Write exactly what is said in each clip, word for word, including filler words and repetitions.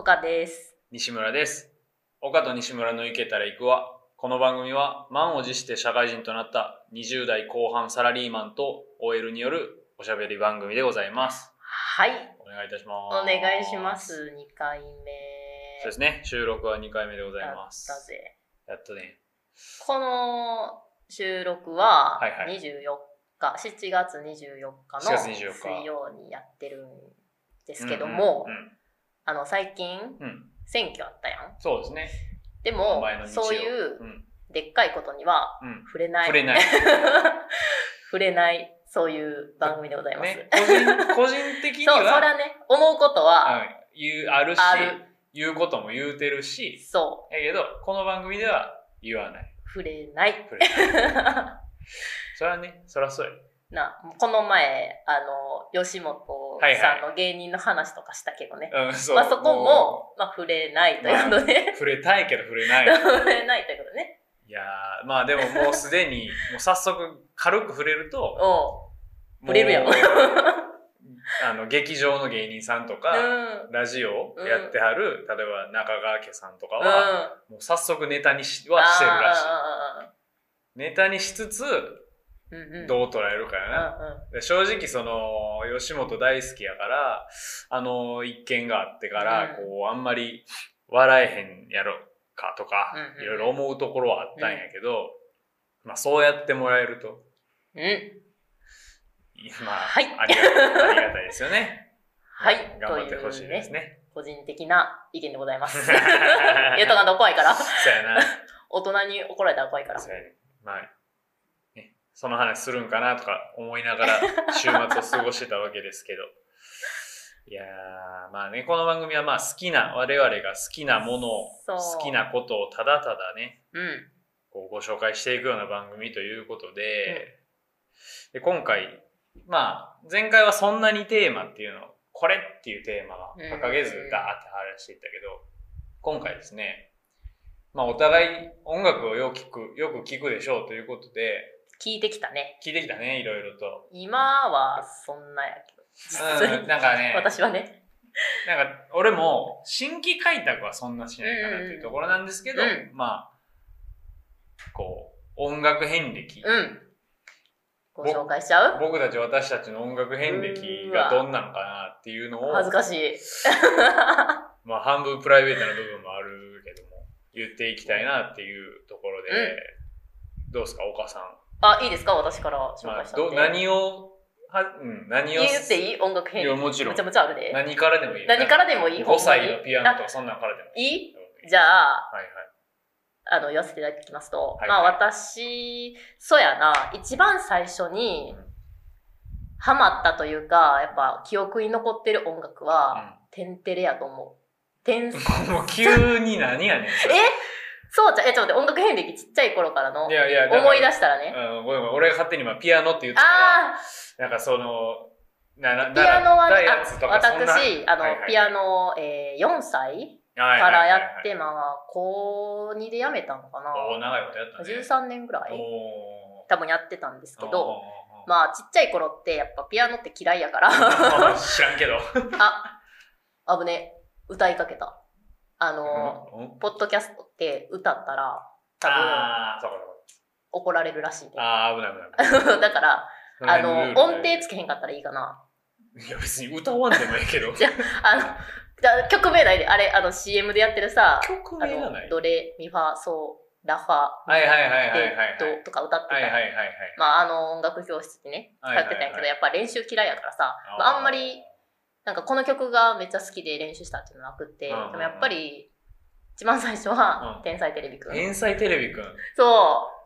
岡です。 西村です。岡と西村のいけたら行くは、この番組は満を持して社会人となったにじゅう代後半サラリーマンと オーエル によるおしゃべり番組でございます。 はい。 お願いいたします。 お願いします。にかいめ。 そうですね。収録はにかいめでございます。 やったぜ。 やったね。 この収録ははいにじゅうよっか、はいはい、しちがつにじゅうよっかの水曜にやってるんですけども、うんうんうん、あの最近、うん、選挙あったやん。 そうですね。 でもそういうでっかいことには触れない、うん、触れない触れないそういう番組でございます、 ね、個人個人的にはそう、それはね、思うことは言うあるしある、 言うことも言うてるし、 そうやけどこの番組では言わない、 触れない触れないそれはね、そりゃそうやな。この前あの吉本さんの芸人の話とかしたけどね、はいはい、うん、そう、まあ、そこも、まあ、触れないということで、 まあ、触れたいけど触れない触れないということね。 いやー、まあでももうすでにもう早速軽く触れるとお触れるやんあの劇場の芸人さんとか、うん、ラジオやってはる、うん、例えば中川家さんとかは、うん、もう早速ネタにしはしてるらしい。ネタにしつつどう捉えるかやな、うんうん、で正直その吉本大好きやからあの一件があってから、うん、こうあんまり笑えへんやろかとか、うんうん、いろいろ思うところはあったんやけど、うん、まあそうやってもらえると、うんまあ、はい、ありがたい、ありがたいですよね。 はい、 頑張ってほしいですね。 ね、個人的な意見でございます。言うとかんと怖いから。 そうやな。 大人に怒られたら怖いから。 そうやね。まあ、ね、その話するんかなとか思いながら週末を過ごしてたわけですけど。いやー、まあね、この番組はまあ好きな、我々が好きなものを、好きなことをただただね、うん、こうご紹介していくような番組ということで、うん、で今回、まあ、前回はそんなにテーマっていうのを、これっていうテーマは掲げずダーって話していったけど、今回ですね、まあお互い音楽をよく聞く、よく聞くでしょうということで、 聞いてきたね。 聞いてきたね、いろいろと。 今はそんなやけど。うん、なんかね、 私はね。 なんか俺も新規開拓はそんなしないかなっていうところなんですけど、うん、まあ、こう、音楽遍歴。 うんご紹介しちゃう？ 僕たち私たちの音楽遍歴がどんなのかなっていうのを恥ずかしいまあ半分プライベートな部分もあるけども言っていきたいなっていうところで、うん、どうですか岡さん。 あ、いいですか私から紹介したって、 まあ、何をは、うん、何を言っていい音楽遍歴。 いやもちろんめちゃめちゃあるで。 何からでもいい。 何からでもいい。 ごさいのピアノとかそんなんからでもいい。 いい？じゃあ、 はいはいあの、言わせていただきますと、はいはい、まあ私、そうやな、一番最初に、ハマったというか、やっぱ記憶に残ってる音楽は、うん、テンテレやと思う。テンもう急に何やねん。えそうじゃ、え、ちょっと待って、音楽遍歴ちっちゃい頃からの、いやいや思い出したらね。 うん、ごめんごめん、俺が勝手に今ピアノって言ってたから、なんかその、ななピアノはね、 あ私、あの、はいはい、ピアノ、えー、よんさいからやって、まあ、高にでやめたのかな。 お長いことやったね。 じゅうさんねんぐらい多分やってたんですけど、まあ、ちっちゃい頃ってやっぱピアノって嫌いやから。 知らんけど。 あ、あぶね、歌いかけた。あの、うん、ポッドキャストって歌ったら、多分、怒られるらしいで。 ああ、危ない危ない。 だから、あの、音程つけへんかったらいいかな。 いや、別に歌わんでもいいけど。 じゃあ、の、曲名ないで、あれ、あの シーエム でやってるさ、 曲名がないドレミファソラファはいはいはいはいはいドとか歌ってた。 はいはいはいはい。 まああの音楽教室でね、通ってたんやけど、やっぱ練習嫌いやからさ、まああんまりなんかこの曲がめっちゃ好きで練習したっていうのなくって、でもやっぱり一番最初は天才テレビくん。 天才テレビくん。 そう。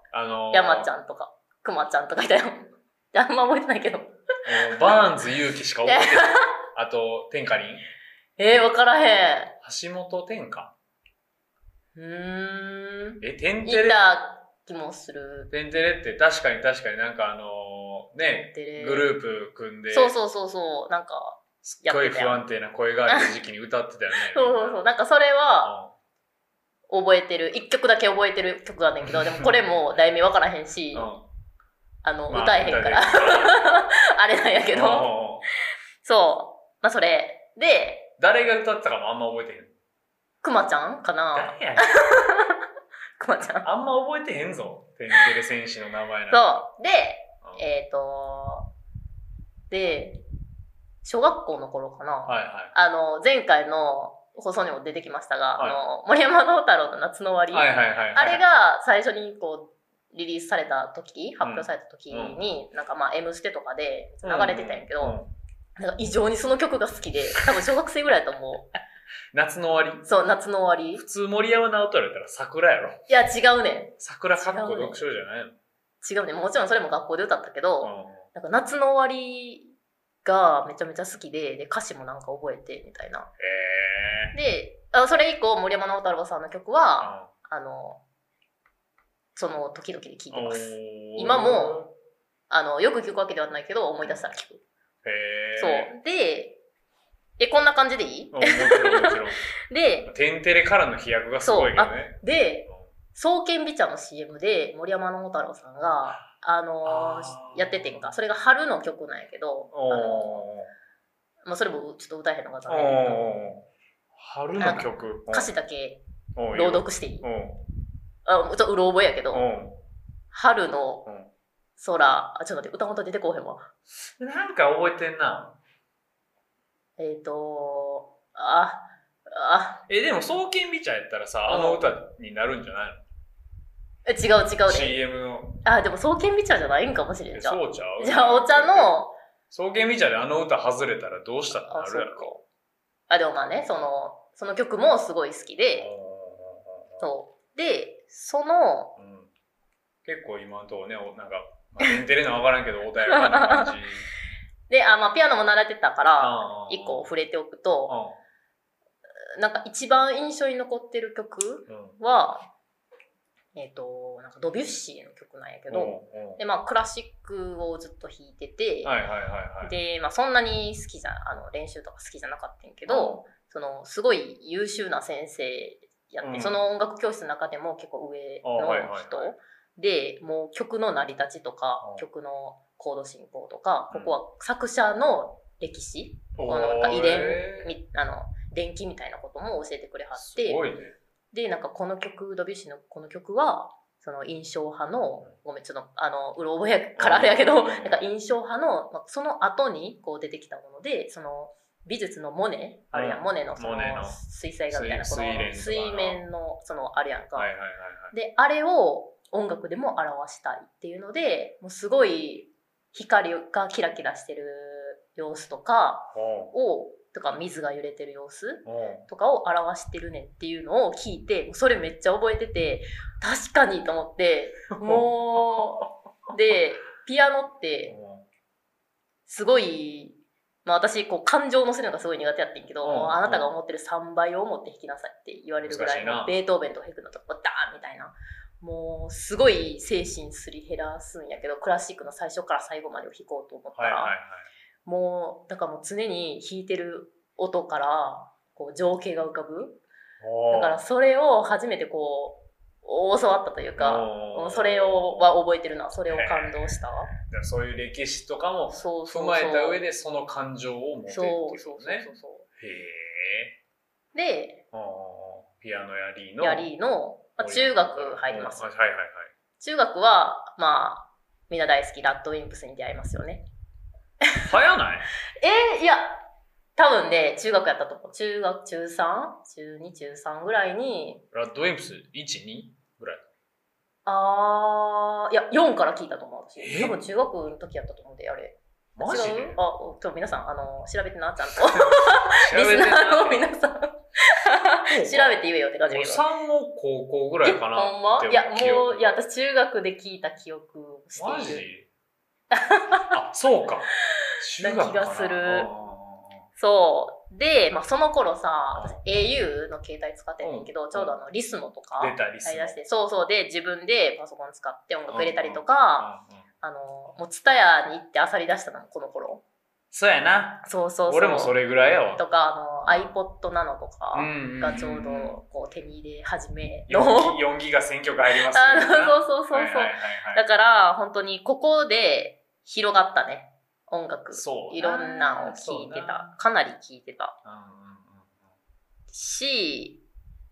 あの山ちゃんとかくまちゃんとかいたよ。あんま覚えてないけど。 バーンズ勇気しか覚えてない。あと天下りん。 えー、わからへん。 橋本天下。 うーん。 え、テンテレ。 いた気もする。 テンテレって確かに確かになんかあのー、ね、グループ組んで。 そうそうそうそう、なんか。 すっごい不安定な声がある時期に歌ってたよね。 そうそうそう、なんかそれは、覚えてる。一曲だけ覚えてる曲があんねんけど、でもこれも題名わからへんし、うん、あの、まあ、歌えへんから。あれなんやけど。そう。まあそれ。で、 誰が歌ってたかもあんま覚えてへん。 くまちゃんかな。 誰やねん。 くまちゃん。 あんま覚えてへんぞ。テンテレ戦士の名前なんそう。で、うん、えっ、ー、と、で、小学校の頃かな。 はいはい。 あの、前回の放送にも出てきましたが、 はい、 あの、森山直太朗の夏の終わり。 はいはいはい、はい。 あれが最初にこう、リリースされた時、発表された時に、うん、なんかまあ、M ステとかで流れてたんやけど、うんうんうん、なんか異常にその曲が好きで、多分小学生ぐらいだと思う。 夏の終わり。 そう、夏の終わり。 普通森山直太朗やったら桜やろ。 いや、違うね。 桜かっこ読書じゃないの？ 違うね。もちろんそれも学校で歌ったけど、うん、なんか夏の終わりがめちゃめちゃ好きで、で、歌詞もなんか覚えて、みたいな。 へー。 で、あそれ以降、森山直太朗さんの曲は、うん、あの、その時々で聴いてます。今も、あの、よく聴くわけではないけど、思い出したら聴く。 へー。 そう。で、え、こんな感じでいい？ もちろんもちろん。 で、 テンテレからの飛躍がすごいけどね。 で、爽健美茶の シーエム で森山直太朗さんが、あのー、やっててんか。それが春の曲なんやけど、あのー、まあ、それもちょっと歌えへんのかったんだけど、 春の曲歌詞だけ朗読していい？あ、ちょっとうろ覚えやけど、春の空、あ、ちょっと待って、歌元出てこうへんわ。 なんか覚えてんな。 えっ、ー、と、あ、あ。 え、でも、爽健美茶やったらさ、あの歌になるんじゃないの？ え、違う違うね。 シーエム の。 あ、でも、爽健美茶じゃないんかもしれんじゃん。 そうちゃう？ じゃあ、お茶の、 爽健美茶であの歌外れたらどうしたってなるやろ。 あ、でもまあね、その、その曲もすごい好きで、そう。で、その、うん、 結構今のところね、なんか、まあ、テンテレのわからんけど、穏やかな感じ。 で、あ、まあ、ピアノも習ってたから、一個触れておくと、なんか一番印象に残ってる曲は、うん、えっ、ー、と、なんかドビュッシーの曲なんやけど、で、まあ、クラシックをずっと弾いてて、 はいはいはいはい、 で、まあ、そんなに好きじゃ、あの、練習とか好きじゃなかったんやけど、うん、その、すごい優秀な先生やって、うん、その音楽教室の中でも結構上の人、はいはいはい、で、もう曲の成り立ちとか、うん、曲のコード進行とか、ここは作者の歴史、うん、このなんか遺伝、あの、電気みたいなことも教えてくれはって、 すごいね、 で、なんかこの曲、ドビュッシーのこの曲は、その印象派の、ごめん、ちょっとあの、うろ覚えやからあれやけど、なんか印象派の、その後にこう出てきたもので、その美術のモネ、あれやん、モネのその水彩画みたいな、この水面の、そのあれやんか。 はいはいはいはい、 で、あれを音楽でも表したいっていうので、もうすごい光がキラキラしてる様子とかを、とか水が揺れてる様子とかを表してるねんっていうのを聞いて、それめっちゃ覚えてて、確かにと思って、もう、で、ピアノって、すごい、まあ私、こう、感情を乗せるのがすごい苦手やってんけど、うん、あなたが思ってるさんばいを持って弾きなさいって言われるぐらいの、ベートーベンとか弾くのとか、ダーンみたいな。もう、すごい精神すり減らすんやけど、クラシックの最初から最後までを弾こうと思ったら、はいはいはい、もう、だからもう常に弾いてる音から、こう、情景が浮かぶ。だからそれを初めてこう、教わったというか、それをは覚えてるな。それを感動した。 そういう歴史とかも踏まえた上でその感情を持てるっていうね。そうそうそうそう。へー。で、 ピアノやりの。 やりの、まあ、中学入ります。 はいはいはい。 中学は、まあ、みんな大好きラッドウィンプスに出会いますよね。 早ない？ えー、いや、多分ね、中学やったと思う。中学、中 さん？ 中に、中さんぐらいに。 ラッドウィンプスいち、にぐらい？ あー、いや、よんから聞いたと思う、私。多分中学の時やったと思うで、あれ。 マジで？ 違う？あ、ちょ、皆さん、あの、調べてな、ちゃんと。リスナーの皆さん。調べて言えよって感じだけど。 さんも高校ぐらいかなっていや、もう、いや、私中学で聞いた記憶をしている。 マジ？あ、そうか。中学かな。 気がする。そう。で、まあ、その頃さ、私 エーユー の携帯使ってんねんけど、うん、ちょうどあの、リスモとか。 出たリスモ。 出して、そうそうで、自分でパソコン使って音楽入れたりとか、うんうんうんうん、あの、もう、ツタヤに行って漁り出したのもこの頃。 そうやな。 そうそうそう。 俺もそれぐらいやわ。 とか、あの、iPod Nano とかがちょうど、こう、手に入れ始めの。 よんギガ選曲入りますね。そうそうそうそう。はいはいはいはい、だから、本当にここで広がったね。音楽。いろんなのを聴いてた。かなり聴いてた。うんうんうん、し、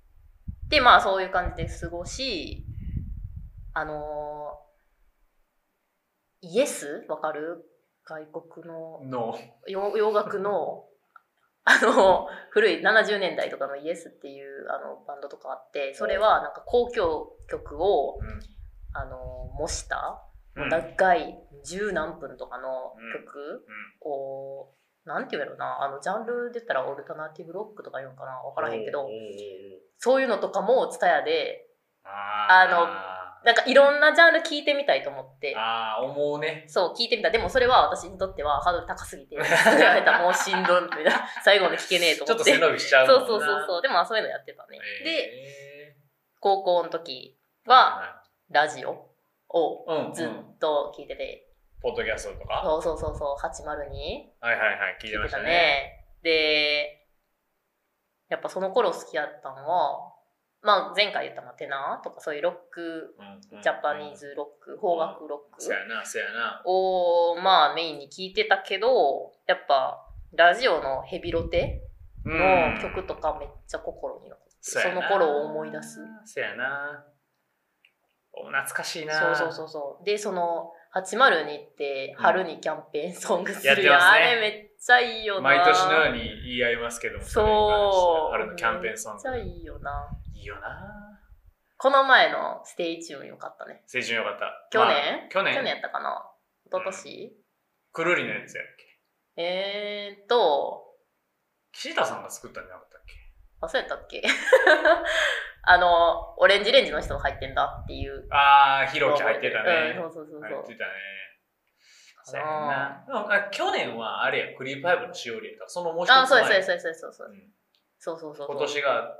で、まあそういう感じで過ごし、あのー、イエスわかる？外国の、 の洋洋楽の、あの、古いななじゅうねんだいとかのイエスっていうあのバンドとかあって、それはなんか交響曲を、うん、あの、模した、うん、長い十何分とかの曲を、うんうん、なんて言うやろな、あの、ジャンルで言ったらオルタナティブロックとか言うのかなわからへんけど、そういうのとかもツタヤで、あの、なんかいろんなジャンル聞いてみたいと思って。 ああ、思うね。 そう、聞いてみた。でもそれは私にとってはハードル高すぎて、もうしんどいみたいな。最後まで聞けねえと思って。 ちょっと背伸びしちゃうもんな。 そうそうそうそう。でもそういうのやってたね。で、高校の時は、ラジオをずっと聞いてて。 ポッドキャストとかそうそうそうそう、はちまるに。 はいはいはい、聞いてましたね。 で、やっぱその頃好きやったのは、まあ前回言ったテナーとかそういうロック、うんうん、ジャパニーズロック、邦楽ロックそうやな、そうやなをまあメインに聞いてたけど、やっぱラジオのヘビロテの曲とかめっちゃ心に残って、そ, その頃を思い出す。 そうやな。懐かしいな。 そうそうそうそう。で、そのはちまるにって春にキャンペーンソングするやん、うんね、あれめっちゃいいよな。 毎年のように言い合いますけども、 そう春のキャンペーンソングめっちゃいいよな。 いいよな。 この前のステイチューンよかったね。 ステイチューンよかった。 去年、 まあ、去年去年やったかな一昨年、うん、 くるりのやつやっけえーっと、 岸田さんが作ったんじゃなかったっけ？ あ、そうやったっけあの、オレンジレンジの人が入ってんだっていう。 あー、ひろき入ってたね。 うん、そうそうそうそう。 入ってたね。そうやな。でも去年はあれや、クリープハイブのしおりやった。そのもう一つ前。 あ、そうですそうですそうですそうです。うん、そうそうそうそう。 今年があって、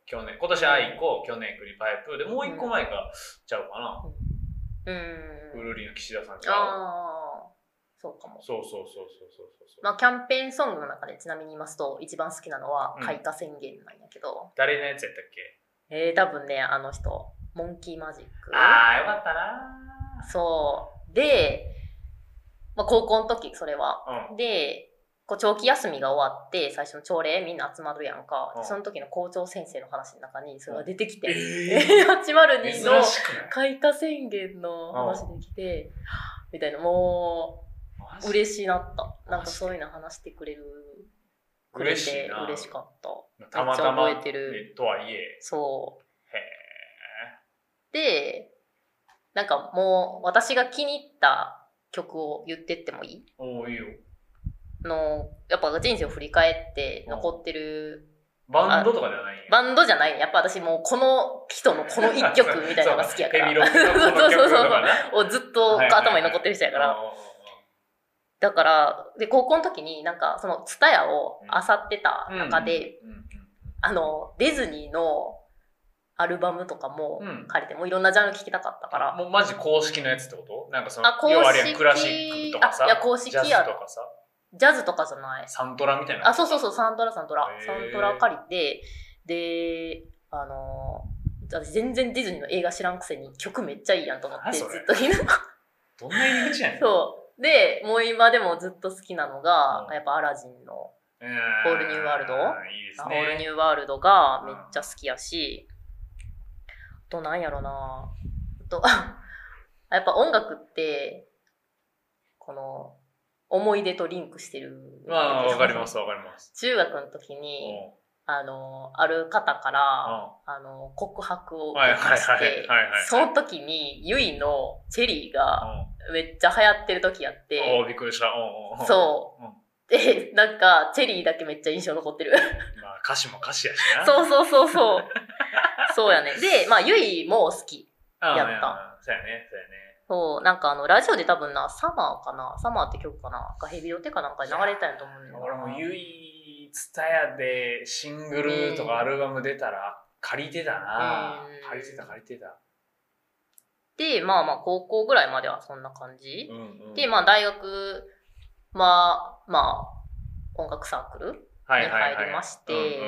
去年、今年アイコ、去年クリープハイプで、もう一個前がちゃうかな。うん。ウルリの岸田さんちゃう。 ああ、そうかも。 そうそうそうそうそうそう。 まあ、キャンペーンソングの中でちなみに言いますと、一番好きなのは開花宣言なんやけど。 うん、誰のやつやったっけ？ えー、多分ね、あの人、モンキーマジック。 ああ、よかったな。 そう。で、まあ、高校の時、それは。うん、で、こう長期休みが終わって、最初の朝礼みんな集まるやんか。うん、その時の校長先生の話の中にそれが出てきて、うん、はちまるにの開花宣言の話できて、うん、みたいな、もう、嬉しいなった。なんかそういうの話してくれる。くれて嬉しかった。 たまたま覚えてるとはいえ。 そう。 へー。で、なんかもう私が気に入った曲を言ってってもいい？ おー、いいよ。 の、やっぱ人生を振り返って残ってる。 バンドとかではないんや。 バンドじゃないね。やっぱ私もうこの人のこの一曲みたいなのが好きやから。 ヘビロックのこの曲とかね。 をずっと頭に残ってる人やから。だから、で、高校の時になんか、その、ツタヤを漁ってた中で、あの、ディズニーのアルバムとかも借りて、うん、もういろんなジャンル聴きたかったから。 もうマジ公式のやつってこと？なんかその、あ、公式、要はあれやクラシックとかさ、 あ、いや、公式や。 ジャズとかさ。 ジャズとかじゃない。 サントラみたいな。 あ、そうそうそう、サントラ、サントラ。サントラ借りて、で、あの、私全然ディズニーの映画知らんくせに曲めっちゃいいやんと思って、ずっと聴いてた。 どんな入り口やねん。 そう。で、もう今でもずっと好きなのが、うん、やっぱアラジンのオールニューワールド、 いいですね、 オールニューワールドがめっちゃ好きやし、あとなんやろなあと、やっぱ音楽って、この、思い出とリンクしてる。 まあ、わかりますわかります。 中学の時に、あの、ある方から、あの、告白を受けまして、その時に、ゆいのチェリーがめっちゃ流行ってる時やって、 おー、びっくりした。おーおーそう。うん、で、なんか、チェリーだけめっちゃ印象残ってる。 まあ、歌詞も歌詞やしな。 そうそうそうそう。そうやね。で、まあ、ゆいも好きやった。そうやね、 そうやね。 そう、なんかあの、ラジオで多分な、サマーかなサマーって曲かながヘビロテかなんかに流れたんやと思うんだよな。 俺もゆい、ツタヤでシングルとかアルバム出たら借りてたな、うん、借りてた借りてた。 で、まあまあ高校ぐらいまではそんな感じ。うんうん、で、まあ大学、まあ、まあ、音楽サークルに入りまして、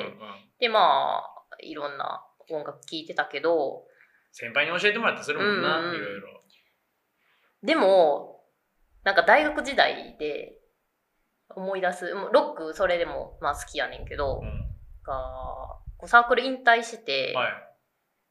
で、まあ、いろんな音楽聴いてたけど、 先輩に教えてもらったりするもんな、うんうん、いろいろ。 でも、なんか大学時代で思い出す、ロックそれでもまあ好きやねんけど、うん、がサークル引退して、はい、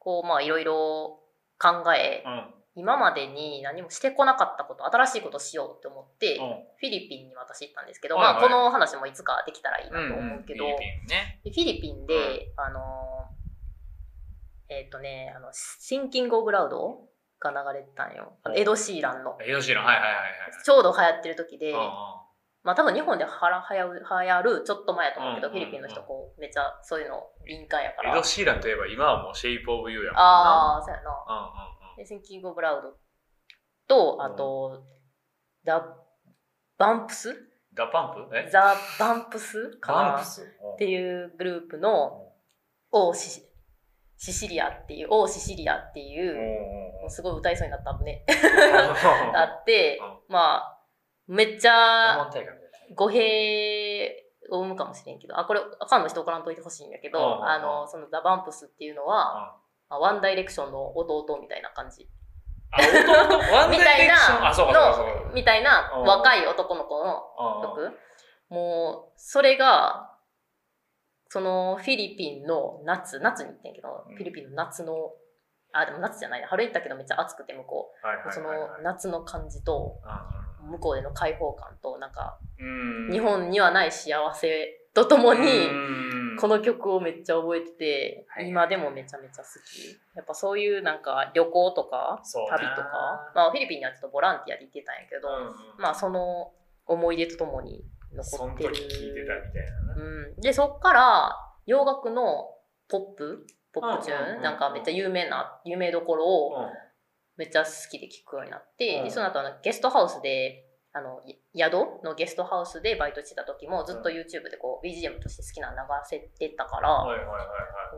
こうまあいろいろ考え、うん、今までに何もしてこなかったこと、新しいことをしようって思って、うん、フィリピンに私行ったんですけど、はいはい、まあこの話もいつかできたらいいなと思うけど、うんうん、フィリピンね。フィリピンで、うん、あのえっ、ー、とね、あのシンキング・オブ・ラウドが流れてたんよ。あのエド・シーランの。 エド・シーラン、はいはいはいはい。 ちょうど流行ってる時で、うんうん、まあ多分日本では流行る、流行るちょっと前やと思うけど、うんうんうん、フィリピンの人こうめっちゃそういうの敏感やから。 エド・シーランといえば今はもうシェイプ・オブ・ユーやもんな。 ああ、そうやな。うんうんうん、でシンキング・オブ・ラウドと、あと、うん、ダ・バンプスダ・パンプえザ・バンプスかなバンプス、うん、 っていうグループの、オーシシシリアっていう、オーシシリアっていう、もうすごい歌いそうになったもんね。あって、まあ、めっちゃ語弊を生むかもしれんけど、あ、これ、あかんの人怒らんといてほしいんだけど、あの、そのザ・バンプスっていうのは、ワンダイレクションの弟みたいな感じ。 あ、弟ワンダイレクションあ、そうかそうか。 みたいな若い男の子の曲。もう、それが、そのフィリピンの夏、夏に行ってんけど、うん、フィリピンの夏の、あ、でも夏じゃないな、春行ったけどめっちゃ暑くて向こう。はいはいはいはい、その夏の感じと、向こうでの開放感と、なんか、日本にはない幸せとともに、この曲をめっちゃ覚えてて、今でもめちゃめちゃ好き。やっぱそういうなんか旅行とか、旅とか、まあフィリピンにはちょっとボランティアで行ってたんやけど、うんうん、まあその思い出とともに、残ってる。 その時聴いてたみたいな、 ね、うん。で、そっから、洋楽のポップポップチューン、なんかめっちゃ有名な、有名どころをめっちゃ好きで聴くようになって、うん、でその後あのゲストハウスで、あの、宿のゲストハウスでバイトしてた時もずっと YouTube でこう ビージーエム として好きなの流せてたから、はいはいはいはい、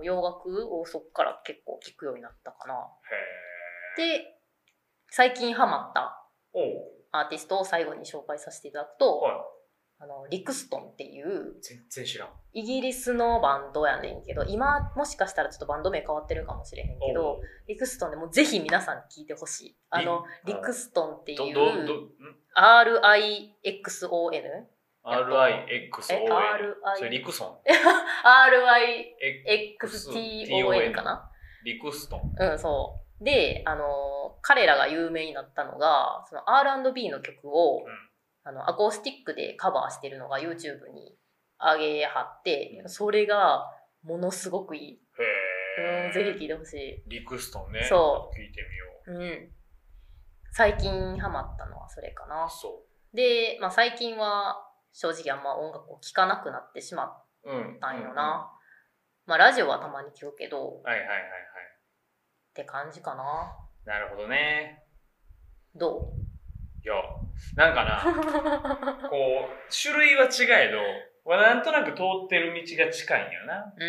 洋楽をそっから結構聴くようになったかな。へで、最近ハマったアーティストを最後に紹介させていただくと、はい、あのリクストンっていう全然知らんイギリスのバンドやねんけど、今もしかしたらちょっとバンド名変わってるかもしれへんけど、リクストンでもぜひ皆さんに聞いてほしい。あのリクストンっていう アールアイエックスオーエヌアールアイエックスオーエヌ それリクソンアールアイエックスティーオーエヌ かな。 リクストン、 うん、そうで、あの彼らが有名になったのがその アールアンドビー の曲を、うん、あのアコースティックでカバーしてるのが YouTube に上げはって、うん、それがものすごくいい。へー、うん、ぜひ聴いてほしい。 リクストンね。 そう。 聴いてみよう。うん。最近ハマったのはそれかな。そう。で、まあ最近は正直あんま音楽を聴かなくなってしまったんよな。うんうんうん、まあラジオはたまに聴くけど。 はいはいはいはい。 って感じかな。 なるほどね。 どう？ いや、なんかな、こう、種類は違えど、なんとなく通ってる道が近いんよな。うん。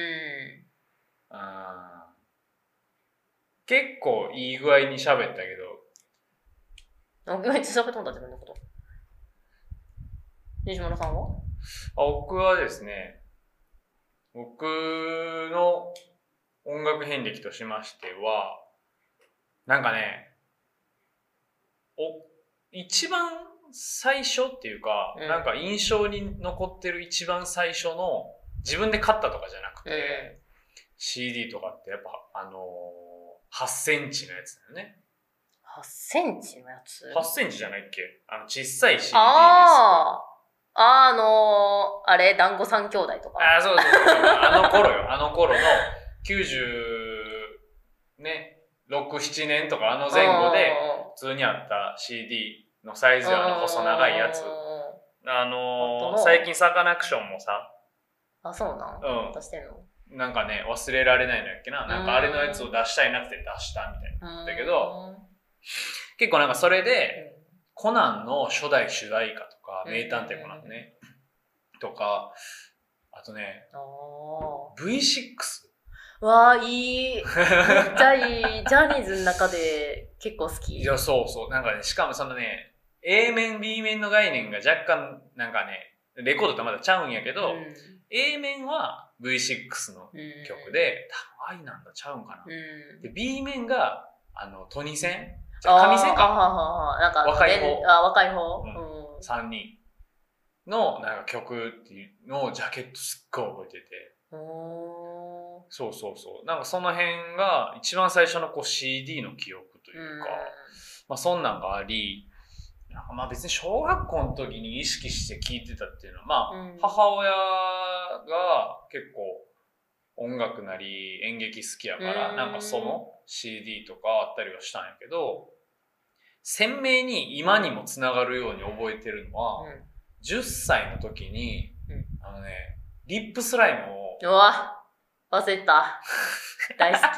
あ、結構いい具合に喋ったけど。めっちゃ喋ったんだ、自分のこと。西村さんは？ あ、僕はですね、僕の音楽遍歴としましては、なんかね、お、一番最初っていうか、うん、なんか印象に残ってる一番最初の自分で買ったとかじゃなくて、うん、シーディー とかってやっぱあのー、はちセンチのやつだよね。 はちセンチのやつ ? はち センチじゃないっけ？あの小さい シーディー です。 ああ、あのー、あれ、団子三兄弟とか。 ああ、そうそうそう。あの頃よ。あの頃のきゅうじゅうね、ろく、ななねんとかあの前後で普通にあった シーディーのサイズ、あの細長いやつ。あのー、最近サカナクションもさ。 あ、そうなん？うん。出してんの？ なんかね、忘れられないのやっけな。なんかあれのやつを出したいなくて出したみたいな。だけど、結構なんかそれで、コナンの初代主題歌とか、名探偵コナンね、とか、あとね、ブイシックス。 わー、いい。めっちゃいい。ジャニーズの中で結構好き。 いや、そうそう。なんかね、しかもそのね、A 面、B 面の概念が若干、なんかね、レコードとまだちゃうんやけど、うん、A 面は ブイシックス の曲で、多分愛なんだちゃうんかな。うん、で B 面が、あの、トニセンじゃあ、神センか。 あなんか若い方。 あ、若い方。 うん。さんにんのなんか曲っていうのをジャケットすっごい覚えてて。 そうそうそう。なんかその辺が一番最初のこう シーディー の記憶というか、まあそんなんがあり、なんかまあ別に小学校の時に意識して聴いてたっていうのは、まあ母親が結構音楽なり演劇好きやから、なんかその シーディー とかあったりはしたんやけど、鮮明に今にもつながるように覚えてるのは、じゅっさいの時に、あのね、リップスライムを。 うわ、忘れた。大好き。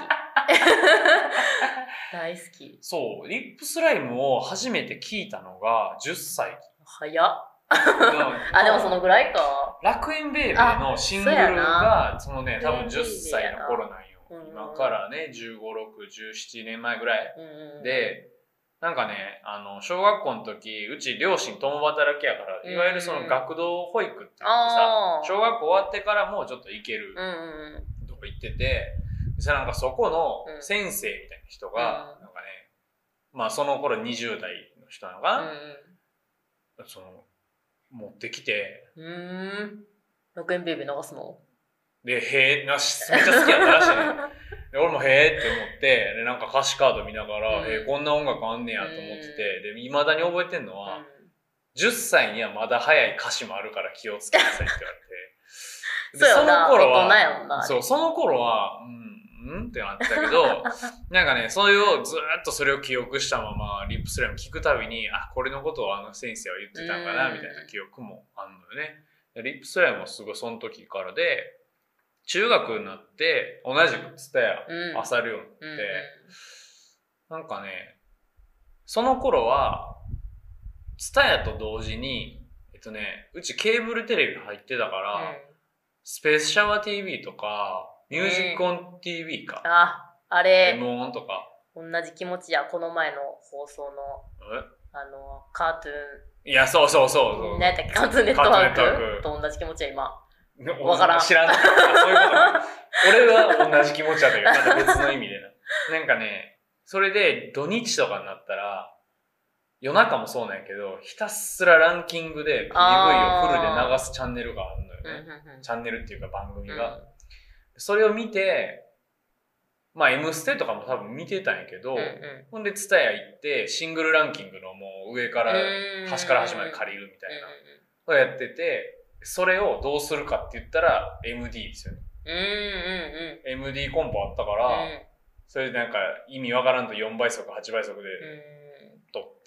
大好き。 そう、リップスライムを初めて聞いたのがじゅっさい。 早っ。あ、でもそのぐらいか。 楽園ベイベーのシングルが、そのね、多分じゅっさいの頃なんよ。今からね、じゅうご、ろく、じゅうななねんまえぐらい。で、なんかね、あの、小学校の時、うち両親共働きやから、いわゆるその学童保育って言ってさ、小学校終わってからもうちょっと行けるとこ行ってて、でなんかそこの先生みたいな人が、なんかね、まあその頃にじゅう代の人なのかな、その、持ってきて、 うーん。楽園ベイベー流すので、へえ、めっちゃ好きやったらしいね。で俺もへえって思って、で、なんか歌詞カード見ながら、うん、へえ、こんな音楽あんねやと思ってて、で、未だに覚えてんのは、うん、じゅっさいにはまだ早い歌詞もあるから気をつけなさいって言われて。でその頃は、 そう、その頃は、うん、うんってなってたけど、なんかね、そういう、ずーっとそれを記憶したまま、リップスライム聞くたびに、あ、これのことをあの先生は言ってたんかな、みたいな記憶もあるのよね。リップスライムもすごいその時からで、中学になって同じくツタヤあさるようになって、うんうん、なんかね、その頃はツタヤと同時に、えっとね、うちケーブルテレビ入ってたから、うん、スペースシャワー ティーブイ とか、ミュージックオン ティーブイ か。 あ、あれ。 エムワン とか。 同じ気持ちや、この前の放送の、あの、カートゥーン。 いや、そうそうそうそう。 何やったっけ、カートゥーンネットワークと同じ気持ちや、今。わからん。 知らん。そういうこと。俺は同じ気持ちだったけど、また別の意味でな。なんかね、それで土日とかになったら、夜中もそうなんやけど、ひたすらランキングで ピーブイ をフルで流すチャンネルがあるのよね。うんうんうん、チャンネルっていうか番組が。うん、それを見て、まあ、M ステとかも多分見てたんやけど、うんうん、ほんで、ツタヤ行って、シングルランキングのもう上から、端から端まで借りるみたいな、をやってて、それをどうするかって言ったら エムディー ですよね。 うんうんうん、 エムディー コンポあったから、うん、それでなんか意味わからんとよんばい速、はちばい速で撮って、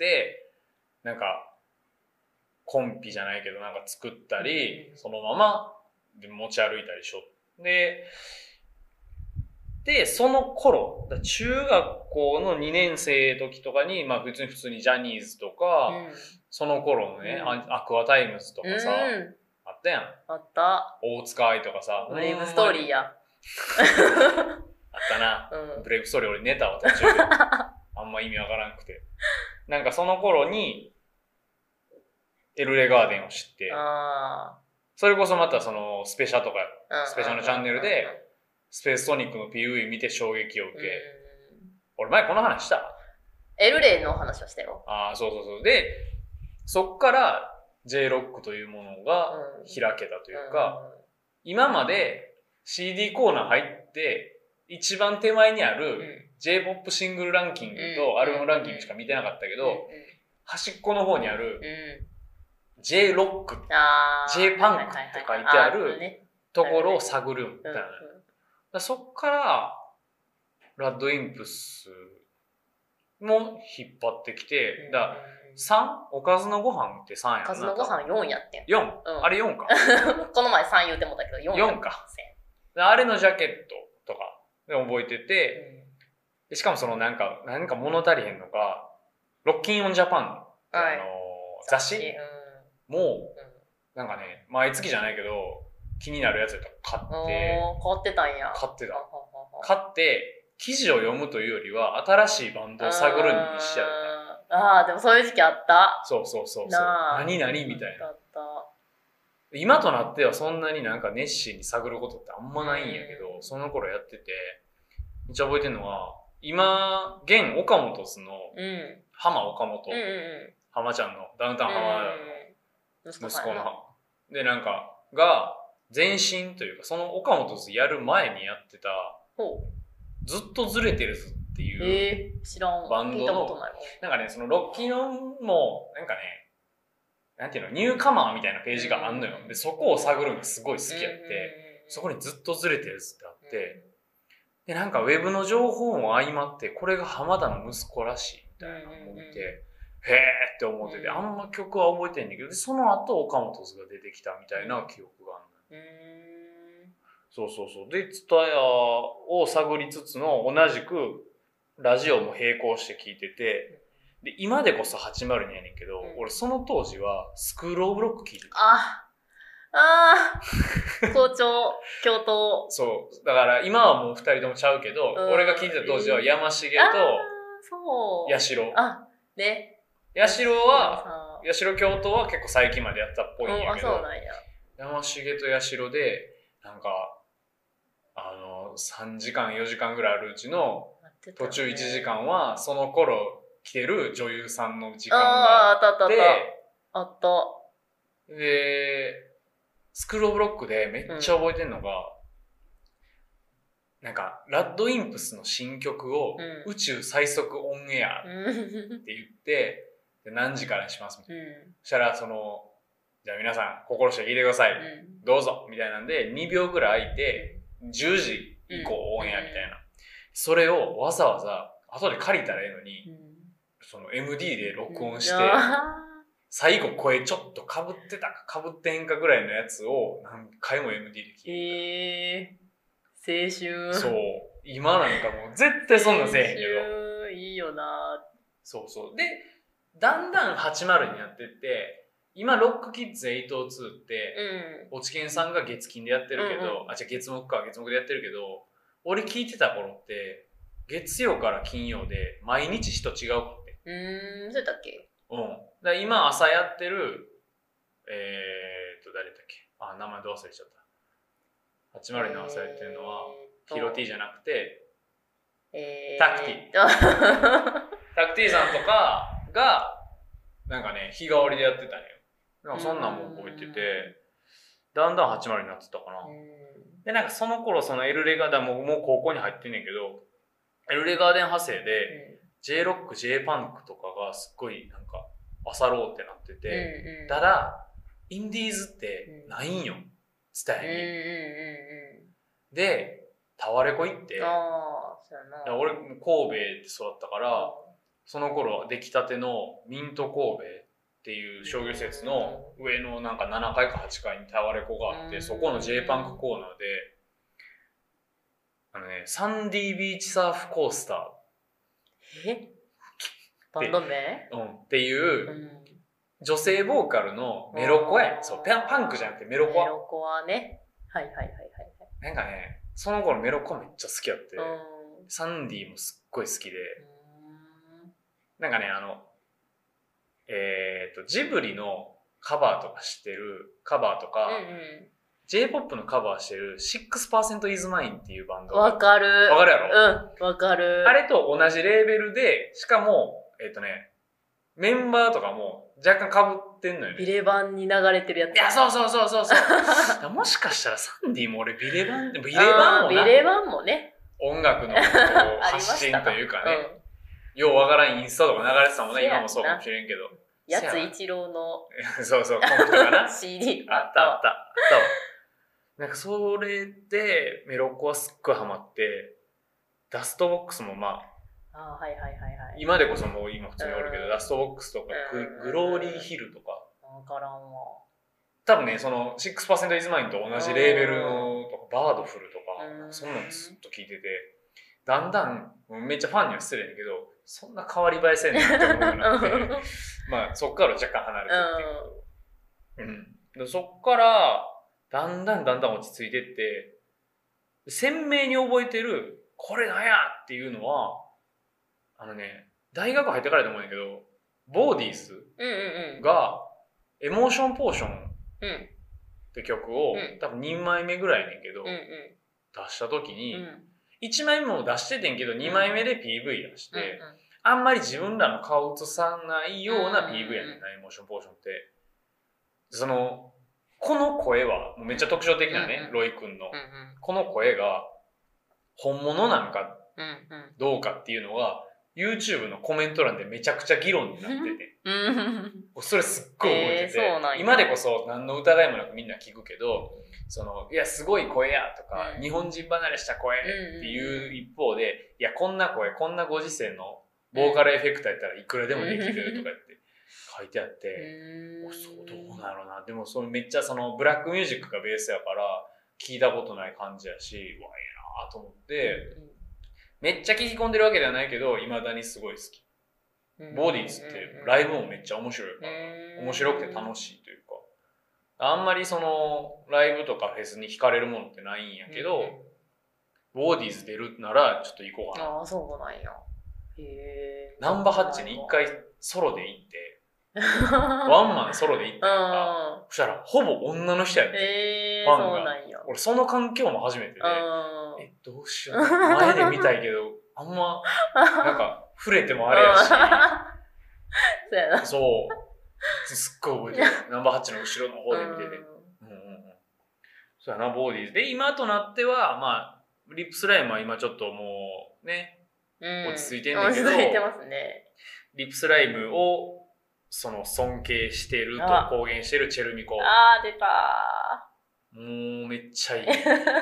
なんかコンピじゃないけどなんか作ったり、うん、そのままで持ち歩いたりしょ。で、で、その頃、中学校のにねん生の時とかに、まあ別に普通にジャニーズとか、うん、その頃のね、うん、アクアタイムズとかさ、うんあったやん。 あった。 大塚愛とかさ。 ブレイブストーリーや。あったな、うん。ブレイブストーリー俺寝たわ途中で。あんま意味わからなくて。なんかその頃に、エルレガーデンを知って、あそれこそまたそのスペシャとか、スペシャのチャンネルで、スペースソニックの ピーブイ 見て衝撃を受け、俺前この話したエルレの話をしたよ。 ああ、そうそうそう。で、そっから、J ロックというものが開けたというか、うんうん、今まで シーディー コーナー入って一番手前にある J-ポップ シングルランキングとアルバムランキングしか見てなかったけど、うんうん、端っこの方にある J ロック、J パンクって書いてあるところを探るみたいな。そっからラッドインプスも引っ張ってきて、ださん? おかずのご飯ってさんやんな。 おかずのご飯よんやってん。 よん? うん、あれよんか。 この前さん言うてもたけどよんや。 よんか。あれのジャケットとかで覚えてて、うん、しかもそのなんか、なんか物足りへんのか、ロッキンオンジャパンって、はい、あの雑誌、うん、もう、なんかね、毎月じゃないけど、気になるやつとか買って、 買ってたんや。 買ってた。買って、記事を読むというよりは、新しいバンドを探るに必死やった。 ああ、でもそういう時期あった。 そうそうそうそう。何々みたいな。今となってはそんなになんか熱心に探ることってあんまないんやけど、その頃やってて、めっちゃ覚えてるのは、今、現岡本ズの、浜岡本、うんうんうん、浜ちゃんの、ダウンタウン浜の息子の、でなんか、が前身というかその岡本図やる前にやってたずっとずれてる図っていうバンドのなんかねそのロッキーノもなんかねなんていうのニューカマーみたいなページがあんのよ。でそこを探るのがすごい好きやってそこにずっとずれてる図ってあってでなんかウェブの情報も相まってこれが浜田の息子らしいみたいなのを見てへーって思っててあんま曲は覚えてんねんけどその後岡本図が出てきたみたいな記憶があるのよ。そうそうそう。で、ツタヤを探りつつの同じくラジオも並行して聞いてて、で、今でこそはちまるにやねんけど、うん、俺その当時はスクールオブロック聞いてた。 ああ校長、教頭。 そう。だから今はもう二人ともちゃうけど、うん、俺が聞いてた当時は山重と八代。 あ、ね。 八代は、八代教頭は結構最近までやったっぽいんやけど、 うん、あ、そうなんや。 山重と八代で、なんか、あのさんじかんよじかんぐらいあるうちの途中いちじかんはその頃来てる女優さんの時間があってあったでスクールオブロックでめっちゃ覚えてんのが、うん、なんかラッドインプスの新曲を宇宙最速オンエアって言ってで何時からにしますみたいな、うん、そしたらそのじゃあ皆さん心して聞いてください、うん、どうぞみたいなんでにびょうぐらい空いてじゅうじ以降オンエアみたいな、うん、それをわざわざ後で借りたらええのに、うん、その エムディー で録音して、うん、最後声ちょっと被ってたか被ってへんかぐらいのやつを何回も エムディー で聞いてた。 えー、青春。 そう今なんかもう絶対そんなんせえへんけどいいよな。 そうそうでだんだんはちまるになってって今ロックキッズはちまるにって、うん、落研さんが月金でやってるけど、うんうん、あ、じゃあ月木か月木でやってるけど、俺聞いてた頃って、月曜から金曜で毎日人違うって。 うーん、そうだっけ？ うん。だから今朝やってる、えーっと、誰だっけ？あ、名前どう忘れちゃった。はちまるの朝やってるのは、ヒロティじゃなくて、えー、タクティ。タクティさんとかが、なんかね、日替わりでやってたね。なんかそんなんも覚えてて、だんだんはちまるになってたかな。で、なんかその頃そのエルレガーデンももう高校に入ってんねんけど、エルレガーデン派生で、J ロック、J パンクとかがすっごいなんか、漁ろうってなってて、ただ、インディーズってないんよ。伝えに。で、タワレコ行って、俺神戸で育ったから、その頃出来たてのミント神戸っていう商業施設の上のなんかななかいかはちかいにタワレコがあって、そこの J パンクコーナーで、あのね、サンディービーチサーフコースター。えバンド名うん。っていう、女性ボーカルのメロコアや。そう、パンクじゃなくてメロコア。 メロコアね。はいはいはいはい。 なんかね、その頃メロコアめっちゃ好きやって、サンディもすっごい好きで、なんかね、あの、えっと、ジブリのカバーとかしてる、カバーとか、うんうん、J-ポップ のカバーしてる シックスパーセント is mine っていうバンド。 わかる。 わかるやろ？ うん、わかる。 あれと同じレーベルで、しかも、えっとね、メンバーとかも若干被ってんのよね。 ビレバンに流れてるやつ。 いや、そうそうそうそうそう。もしかしたらサンディも俺ビレバン、ビレバンもな。ビレバンもね。 音楽の発信というかね。ようわからんインスタとか流れてたもんね。今もそうかもしれんけど。 やつ一郎の。 そうそう、コントかな。 シーディー。 あったあった。あったわ。なんかそれでメロコはすっごいハマって、ダストボックスもまあ、あはいはいはいはい。 今でこそもう今普通におるけど、ダストボックスとかグローリーヒルとか。 わからんわ。 多分ね、その シックスパーセント is mine と同じレーベルのとか、バードフルとか、そんなのずっと聞いてて、だんだん、めっちゃファンには失礼だけど、そんな変わり映えせんなって思うようになって、まあそっから若干離れてっていう。うん。でそっから、だんだんだんだん落ち着いてって、鮮明に覚えてる、これなんやっていうのは、あのね、大学入ってからだと思うんだけど、ボーディーズが、エモーションポーションって曲を、多分にまいめぐらいねんけど、出した時に、いちまいめも出しててんけど、にまいめで ピーブイ 出して、あんまり自分らの顔映さないような ピーブイ やねんな、エモーションポーションって。その、 この声はもうめっちゃ特徴的なね、 うんうん、 ロイ君の、 うんうん、 この声が本物なんかうんうん、 どうかっていうのが YouTube のコメント欄でめちゃくちゃ議論になってて、それすっごい覚えてて、えー、今でこそ何の疑いもなくみんな聞くけど、そのいやすごい声やとか、うん、日本人離れした声っていう一方で、いやこんな声こんなご時世のボーカルエフェクターやったらいくらでもできるとかって書いてあって、うん、そうどうなるな。でもそれめっちゃそのブラックミュージックがベースやから聞いたことない感じやし、うわええなと思って、うん、めっちゃ聞き込んでるわけではないけど未だにすごい好き。ボーディーズってライブもめっちゃ面白いから、面白くて楽しいというか、あんまりそのライブとかフェスに惹かれるものってないんやけど、ボーディーズ出るならちょっと行こうかな。 ああ、そうなんや。へナンバーハッチに一回ソロで行ってワンマンソロで行ったやんか。そしたらほぼ女の人やって、 えー、ファンが。そうなんや。 俺その環境も初めてで、えどうしよう、前で見たいけどあんまなんか触れてもあれやしそうやな。 そうすっごい覚えてる。ナンバーハッチの後ろの方で見てて、うんうんうん、そうやな。ボーディーズで今となってはまあリップスライムは今ちょっともうね、うん、落ち着いてんだけど、 落ち着いてますね。 リップスライムをその尊敬してると公言してるチェルミコ。 あー出たー。もうめっちゃいい。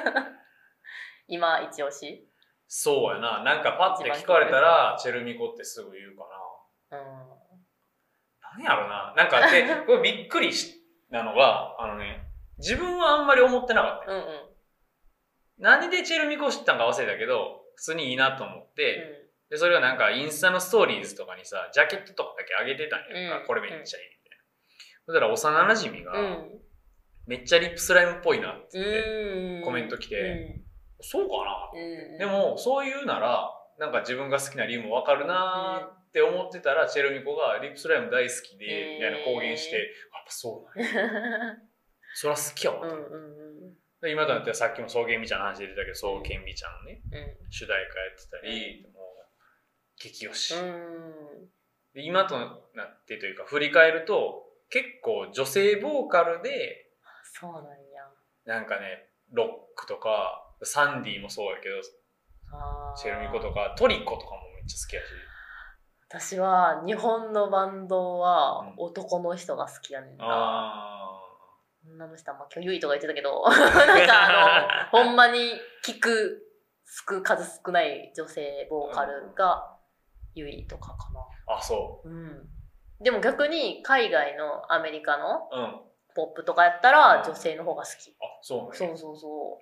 今一押し？ そうやな。なんかパッて聞かれたらチェルミコってすぐ言うかな。うん。なんやろな。なんかでこれびっくりなのが、あのね、自分はあんまり思ってなかったよ。うんうん、何でチェルミコ知ったんか忘れたけど、普通にいいなと思って。うんで、それはなんかインスタのストーリーズとかにさ、ジャケットとかだけ上げてたんやんか、うん、これめっちゃいいみたいな。そしたら幼馴染が、めっちゃリップスライムっぽいなって言ってコメント来て、うん、そうかな、うん、でもそういうなら、なんか自分が好きな理由もわかるなって思ってたら、チェルミコがリップスライム大好きで、みたいな公言して、やっぱそうなんや。そら好きやわと思って。うんうんうん、今となってはさっきも草原美ちゃんの話出てたけど、草原美ちゃんのね、うん、主題歌やってたり、うん激推し。で今となってというか振り返ると結構女性ボーカルでそうなんやなんかねロックとかサンディもそうやけどチェルミコとかトリコとかもめっちゃ好きやし私は日本のバンドは男の人が好きやねんな、うん、あ女の人はまあ今日ユイとか言ってたけどなんかあのほんまに聞く数少ない女性ボーカルが、うんユイとかかな。 あ、そう。 うん。でも逆に海外のアメリカのポップとかやったら女性の方が好き。うん、 あ、そうね。 そうそうそう。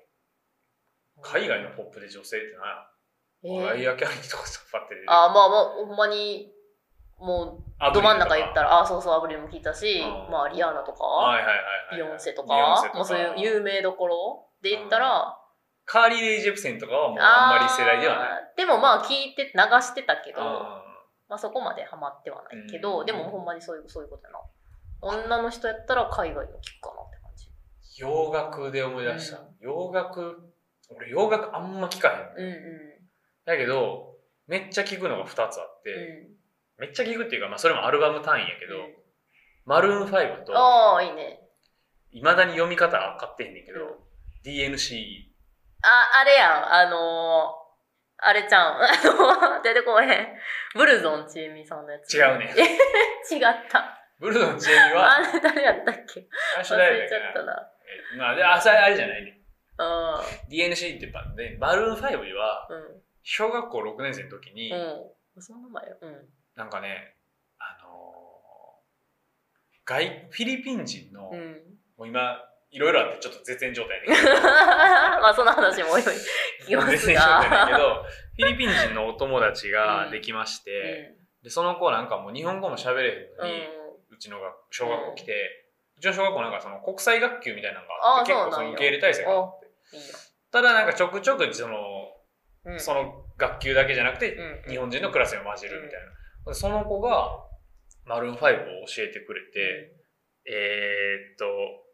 海外のポップで女性って何や、えー、マライア・キャリーとかさ、パッて出てあ、まあまあ、ほんまに、もう、ど真ん中言ったら、あ、そうそう、アブリルも聞いたし、うん、まあ、リアーナとか、はいはいはいはい、ビヨンセとか、もうそういう有名どころで言ったら、うんカーリー・レイ・ジェプセンとかはもうあんまり世代ではない。 でもまあ聞いて流してたけど、あまあそこまでハマってはないけど、でもほんまにそういうそういうことやな。女の人やったら海外の聞くかなって感じ。 洋楽で思い出した。うん、洋楽、俺洋楽あんま聞かへん。うんうん、だけどめっちゃ聞くのがふたつあって、うん、めっちゃ聞くっていうかまあそれもアルバム単位やけど、うん、マルーンファイブと、 ああいいね。 未だに読み方分かってへんねんけど、うん、ディーエヌシー。 あ、あれやん、あのー、あれちゃん、あの、出てこへん。ブルゾンちえみさんのやつ。 違うね。 違った。 ブルゾンちえみは、 あれ誰やったっけ忘れちゃったな。 まあ、で、あ、それあれじゃないね。あ ディーエヌシー ってバンドで、マルーンファイブは、うん、小学校ろくねん生の時に、 うん、その名前よ。うん。 なんかね、あのー、外、フィリピン人の、うん、もう今、いろいろあってちょっと絶縁状態だけどまあその話もおいおい聞きますが絶縁状態だけどフィリピン人のお友達ができまして、うん、でその子なんかもう日本語も喋れへんのに、うん、うちの小学校来て、うん、うちの小学校なんかその国際学級みたいなのがあって結構その受け入れ体制があっていいただなんかちょくちょくその、うん、その学級だけじゃなくて、うん、日本人のクラスに混じるみたいな、うん、その子がマルーンファイブを教えてくれて、うん、えー、っと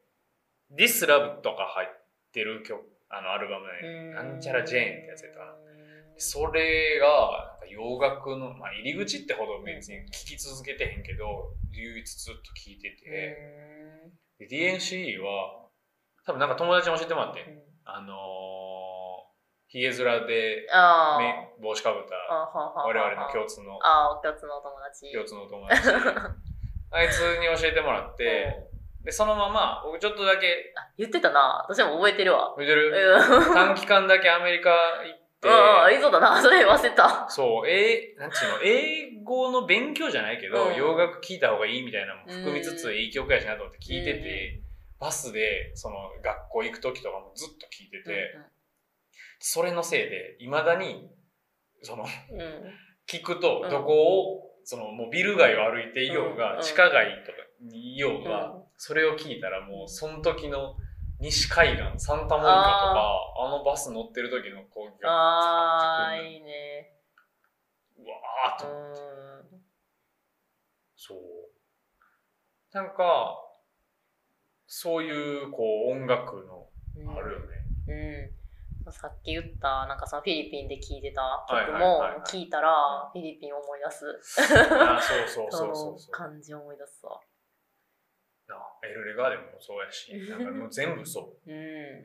This Love とか入ってる曲、あのアルバムね、なんちゃらジェーンってやつやったかな。それが、なんか洋楽の、まあ入り口ってほど別に聴き続けてへんけど、唯一ずっと聴いてて、 で ディーエヌシー は多分なんか友達に教えてもらって、うん、あのー、ヒゲ面で帽子かぶった我々の共通のあ共通のお友達共通のお友達あいつに教えてもらって、でそのまま僕ちょっとだけあ言ってたな、私も覚えてるわ。 覚えてる短期間だけアメリカ行ってああいいぞだな、それ忘れた。 そうえー、なんちゅうの英語の勉強じゃないけど、うん、洋楽聴いた方がいいみたいなのも含みつつ、いい曲やしなと思って聞いてて、バスでその学校行く時とかもずっと聞いてて、うんうん、それのせいでいまだにその、うん、聞くとどこを、そのもうビル街を歩いていようが、うん、地下街とかにいようが、うん、それを聞いたらもうその時の西海岸サンタモニカとか あ, あのバス乗ってる時の光景がああいいね、 うわーっと思って、うん、そうなんかそういうこう音楽のあるよね、 うんうん、さっき言ったなんかそのフィリピンで聴いてた曲も聴いたらフィリピンを思い出す。 あそうそうそうそうそう感じを思い出すわ。 なエルレガーでもそうやし、なんかもう全部そう。 うん、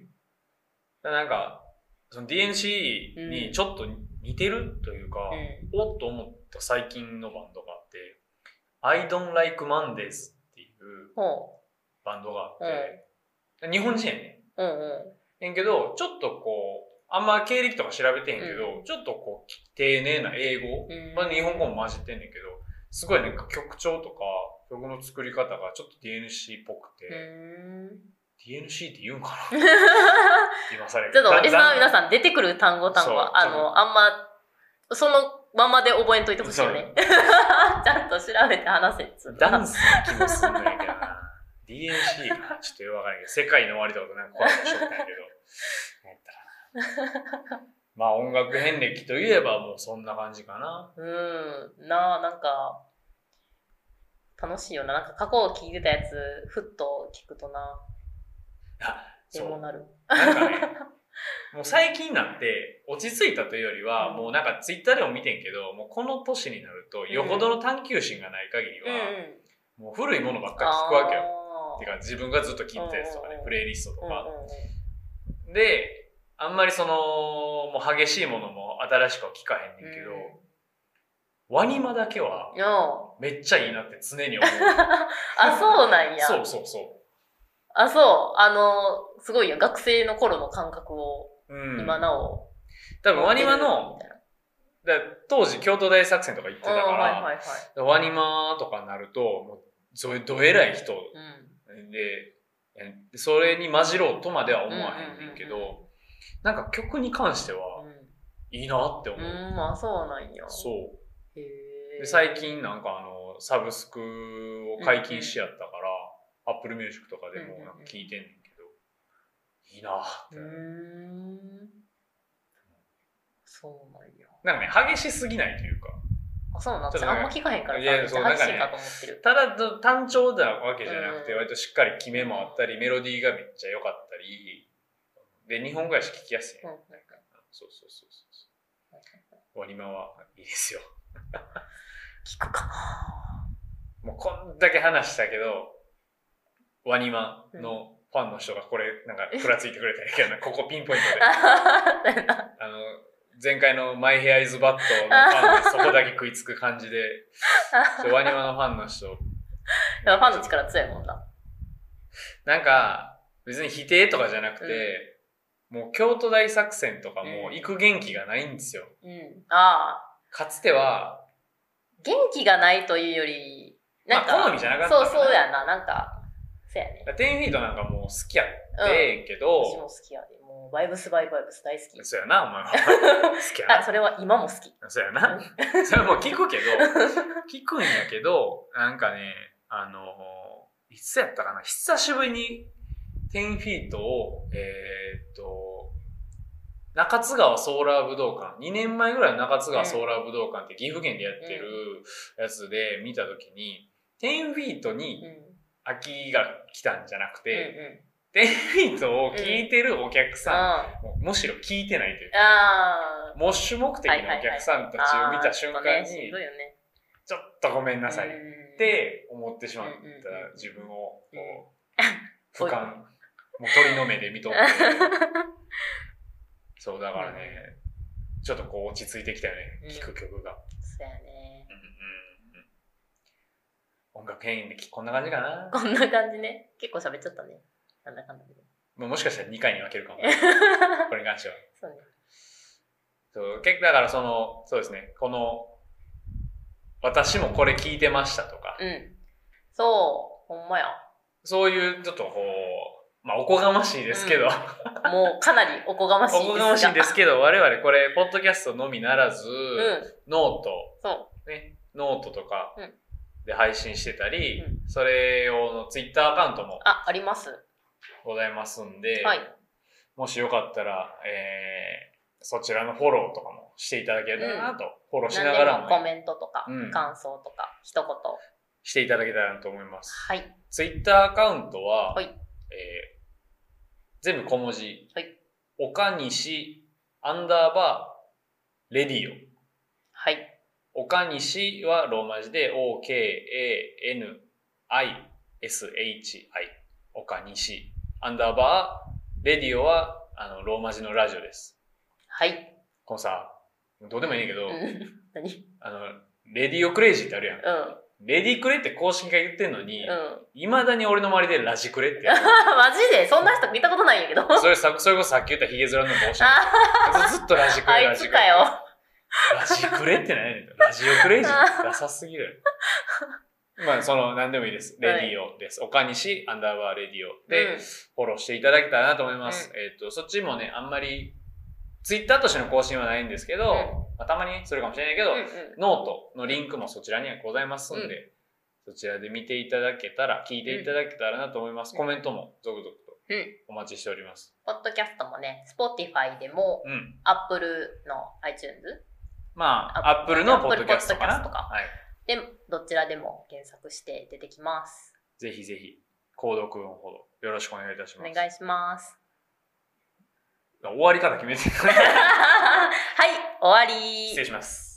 なんかその ディーエヌシー にちょっと似てるというか、うん、おっと思った最近のバンドがあって、I Don't Like Mondays っていうバンドがあって、うん、日本人やね。 うんうん。 やんけど、ちょっとこう、あんま経歴とか調べてへんけど、うん、ちょっとこう、丁寧な英語、うん、まあ日本語も混じってんねんけど、すごいなんか曲調とか曲の作り方がちょっと ディーエヌシー っぽくて、ディーエヌシー って言うんかな今される。 ちょっとリスナーの皆さん出てくる単語単語は、あの、あんま、そのままで覚えんといてほしいよね。ちゃんと調べて話せっつう。 ダンスの気もするんだけどな。ディーエヌシー がちょっとよくわからないけど、世界の終わりとかとなんかコラボしとったんやけど、思ったらな。まあ音楽遍歴といえばもうそんな感じかな。 うん。なあ、なんか、楽しいよな。なんか過去を聞いてたやつ、ふっと聞くとな。 あ、そう。 でもなる。 なんかね、もう最近になって落ち着いたというよりは、うん、もうなんかツイッターでも見てんけど、もうこの年になるとよほどの探求心がない限りは、うん、もう古いものばっかり聞くわけよ。てか自分がずっと聞いてたやつとかね、うん、プレイリストとか。うん、で、あんまりその、もう激しいものも新しくは聞かへんねんけど、うん、ワニマだけはめっちゃいいなって常に思う。 あ、そうなんや。 そうそうそう。 あ、そう。あの、すごいよ。学生の頃の感覚を、今なお、 うん。多分ワニマの、だ当時京都大作戦とか行ってたから、はいはいはい、ワニマとかになると、もうどえらい人、うん、で、それに混じろうとまでは思わへんねんけど、うんうんうんうん、なんか曲に関しては、いいなって思う。 うん、まあそうなんや。 そう。へで最近なんかあの、サブスクを解禁しやったから、うんうん、Apple Music とかでもなんか聞いてんねんけど、うんうん、いいなって。うーん。そうなんや。 なんかね、激しすぎないというか。 あ、そうなんですあんま聞かへんからさ、めっちゃ激しいかと思ってる。 ただ単調なわけじゃなくて、割としっかり決めもあったり、メロディーがめっちゃ良かったり、で、日本語やし聞きやすい、ね。うん、なんかそうそうそうそう。ワニマはいいですよ。 聞くかな。 もうこんだけ話したけど、ワニマのファンの人がこれ、なんか、ふらついてくれたらいいけどな、ここピンポイントで。あの、前回のマイヘアイズバットのファンでそこだけ食いつく感じで、ワニマのファンの人。 ファンの力強いもんな。 なんか、別に否定とかじゃなくて、うん、もう京都大作戦とかも行く元気がないんですよ。 うん。ああ。 かつては、 元気がないというより、 なんか、まあ、好みじゃなかったかな。そうそうやな、なんか、そうやね。 テンフィートなんかもう好きやってんけど、 うん、私も好きやで。もう、バイブスバイバイブス大好き。 そうやな、お前は。好きやな。 あ、それは今も好き。 そうやな。それはもう聞くけど、聞くんやけど、なんかね、あの、いつやったかな、久しぶりにテンフィートを、えー、っと、中津川ソーラー武道館、にねんまえぐらいの中津川ソーラー武道館って岐阜県でやってるやつで見たときに、テンフィートに秋が来たんじゃなくて、うんうん、テンフィートを聞いてるお客さん、うん、むしろ聞いてないというか、モッシュ目的のお客さんたちを見た瞬間に、ちょっとごめんなさいって思ってしまった自分をこう俯瞰、もう鳥の目で見とってそうだからね、うん、ちょっとこう落ち着いてきたよね、うん、聴く曲が。 そうやね、うんうんうん、音楽変異でこんな感じかな。 こんな感じね。結構喋っちゃったね、なんだかんだで。 もしかしたらにかいに分けるかもこれに関しては。 そうね。 そう結構だからそのそうですね、この私もこれ聞いてましたとか、 うん、そうほんまや、 そういうちょっとこうまあおこがましいですけど、 うん、もうかなりおこがましいですがおこがましいですけど、我々これポッドキャストのみならず、うん、ノートそうね、ノートとかうんで配信してたり、うん、それ用のツイッターアカウントもあありますございますんで、 はい、 もしよかったら、えー、そちらのフォローとかもしていただけたらなと、うん、フォローしながらも、 ね、コメントとか、うん、感想とか一言していただけたらなと思います。 はい。 ツイッターアカウントは、 はい、 えー、全部小文字、 はい、 岡西アンダーバーレディオ、 はい、 岡西はローマ字で オーケーエーエヌアイエスエイチアイ 岡西アンダーバーレディオはあのローマ字のラジオです。 はい。 このさ、どうでもいいんだけど、 うん、何？ あのレディオクレイジーってあるやん。 うん。 レディクレって公式が言ってんのに、 うん。 未だに俺の周りでラジクレってやつ。 マジでそんな人見たことないんやけど。 それさ、それこそさっき言ったヒゲ面の帽子。ずっとラジクレ、ラジクレ。 あいつかよ。 ラジクレって何やねん。ラジオクレイジーダサすぎる。まあ、その、何でもいいです。レディオです。はい、岡西アンダーバーレディオで、うん、フォローしていただけたらなと思います。うん、えっと、そっちもね、あんまり、ツイッターとしての更新はないんですけど、うん、まあ、たまにするかもしれないけど、うんうん、ノートのリンクもそちらにはございますんで、うん、そちらで見ていただけたら、聞いていただけたらなと思います。うん、コメントも続々とお待ちしております。 うん、ポッドキャストもね、Spotify でも、うん、Apple の iTunes？ まあ、Apple のポッドキャストかな。 とか。はい。で、どちらでも検索して出てきます。 ぜひぜひ、購読のほどよろしくお願いいたします。 お願いします。 終わり方決めてください。 はい、終わり。 失礼します。